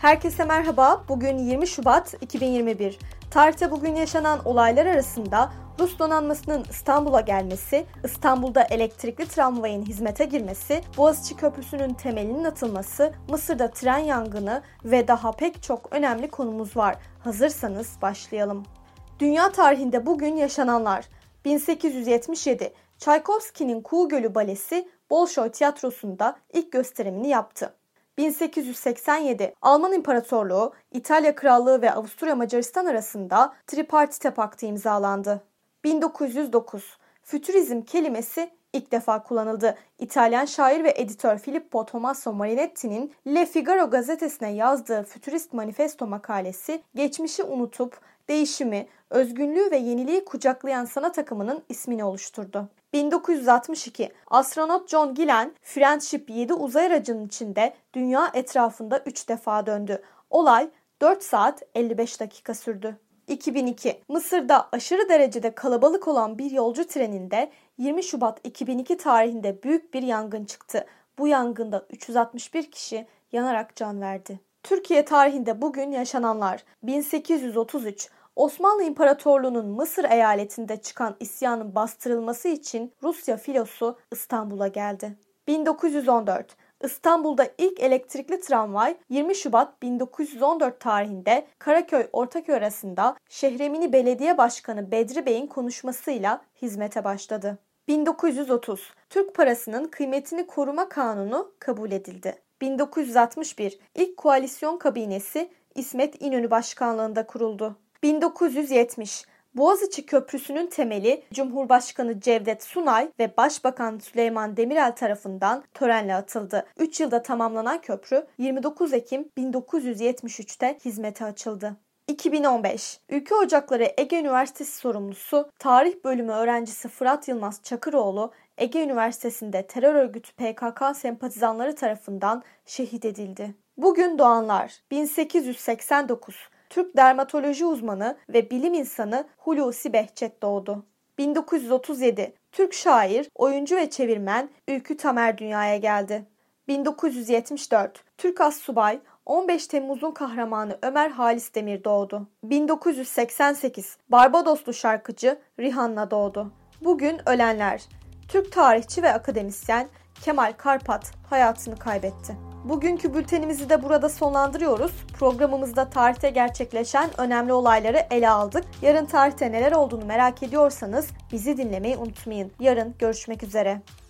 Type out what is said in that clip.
Herkese merhaba. Bugün 20 Şubat 2021. Tarihte bugün yaşanan olaylar arasında Rus donanmasının İstanbul'a gelmesi, İstanbul'da elektrikli tramvayın hizmete girmesi, Boğaziçi Köprüsü'nün temelinin atılması, Mısır'da tren yangını ve daha pek çok önemli konumuz var. Hazırsanız başlayalım. Dünya tarihinde bugün yaşananlar. 1877 Çaykovski'nin Kuğu Gölü Balesi Bolşoy Tiyatrosu'nda ilk gösterimini yaptı. 1887 Alman İmparatorluğu, İtalya Krallığı ve Avusturya Macaristan arasında Tripartite Paktı imzalandı. 1909 Fütürizm kelimesi ilk defa kullanıldı. İtalyan şair ve editör Filippo Tommaso Marinetti'nin Le Figaro gazetesine yazdığı Fütürist Manifesto makalesi, geçmişi unutup değişimi, özgünlüğü ve yeniliği kucaklayan sanat akımının ismini oluşturdu. 1962 Astronot John Glenn, Friendship 7 uzay aracının içinde dünya etrafında 3 defa döndü. Olay 4 saat 55 dakika sürdü. 2002 Mısır'da aşırı derecede kalabalık olan bir yolcu treninde 20 Şubat 2002 tarihinde büyük bir yangın çıktı. Bu yangında 361 kişi yanarak can verdi. Türkiye tarihinde bugün yaşananlar. 1833 Osmanlı İmparatorluğu'nun Mısır eyaletinde çıkan isyanın bastırılması için Rusya filosu İstanbul'a geldi. 1914 İstanbul'da ilk elektrikli tramvay 20 Şubat 1914 tarihinde Karaköy-Ortaköy arasında Şehremini Belediye Başkanı Bedri Bey'in konuşmasıyla hizmete başladı. 1930 Türk parasının kıymetini koruma kanunu kabul edildi. 1961 ilk koalisyon kabinesi İsmet İnönü başkanlığında kuruldu. 1970 Boğaziçi Köprüsü'nün temeli Cumhurbaşkanı Cevdet Sunay ve Başbakan Süleyman Demirel tarafından törenle atıldı. 3 yılda tamamlanan köprü 29 Ekim 1973'te hizmete açıldı. 2015 Ülke Ocakları Ege Üniversitesi sorumlusu Tarih Bölümü öğrencisi Fırat Yılmaz Çakıroğlu, Ege Üniversitesi'nde terör örgütü PKK sempatizanları tarafından şehit edildi. Bugün doğanlar. 1889 Türk dermatoloji uzmanı ve bilim insanı Hulusi Behçet doğdu. 1937 Türk şair, oyuncu ve çevirmen Ülkü Tamer dünyaya geldi. 1974 Türk astsubay, 15 Temmuz'un kahramanı Ömer Halis Demir doğdu. 1988 Barbadoslu şarkıcı Rihanna doğdu. Bugün ölenler. Türk tarihçi ve akademisyen Kemal Karpat hayatını kaybetti. Bugünkü bültenimizi de burada sonlandırıyoruz. Programımızda tarihte gerçekleşen önemli olayları ele aldık. Yarın tarihte neler olduğunu merak ediyorsanız bizi dinlemeyi unutmayın. Yarın görüşmek üzere.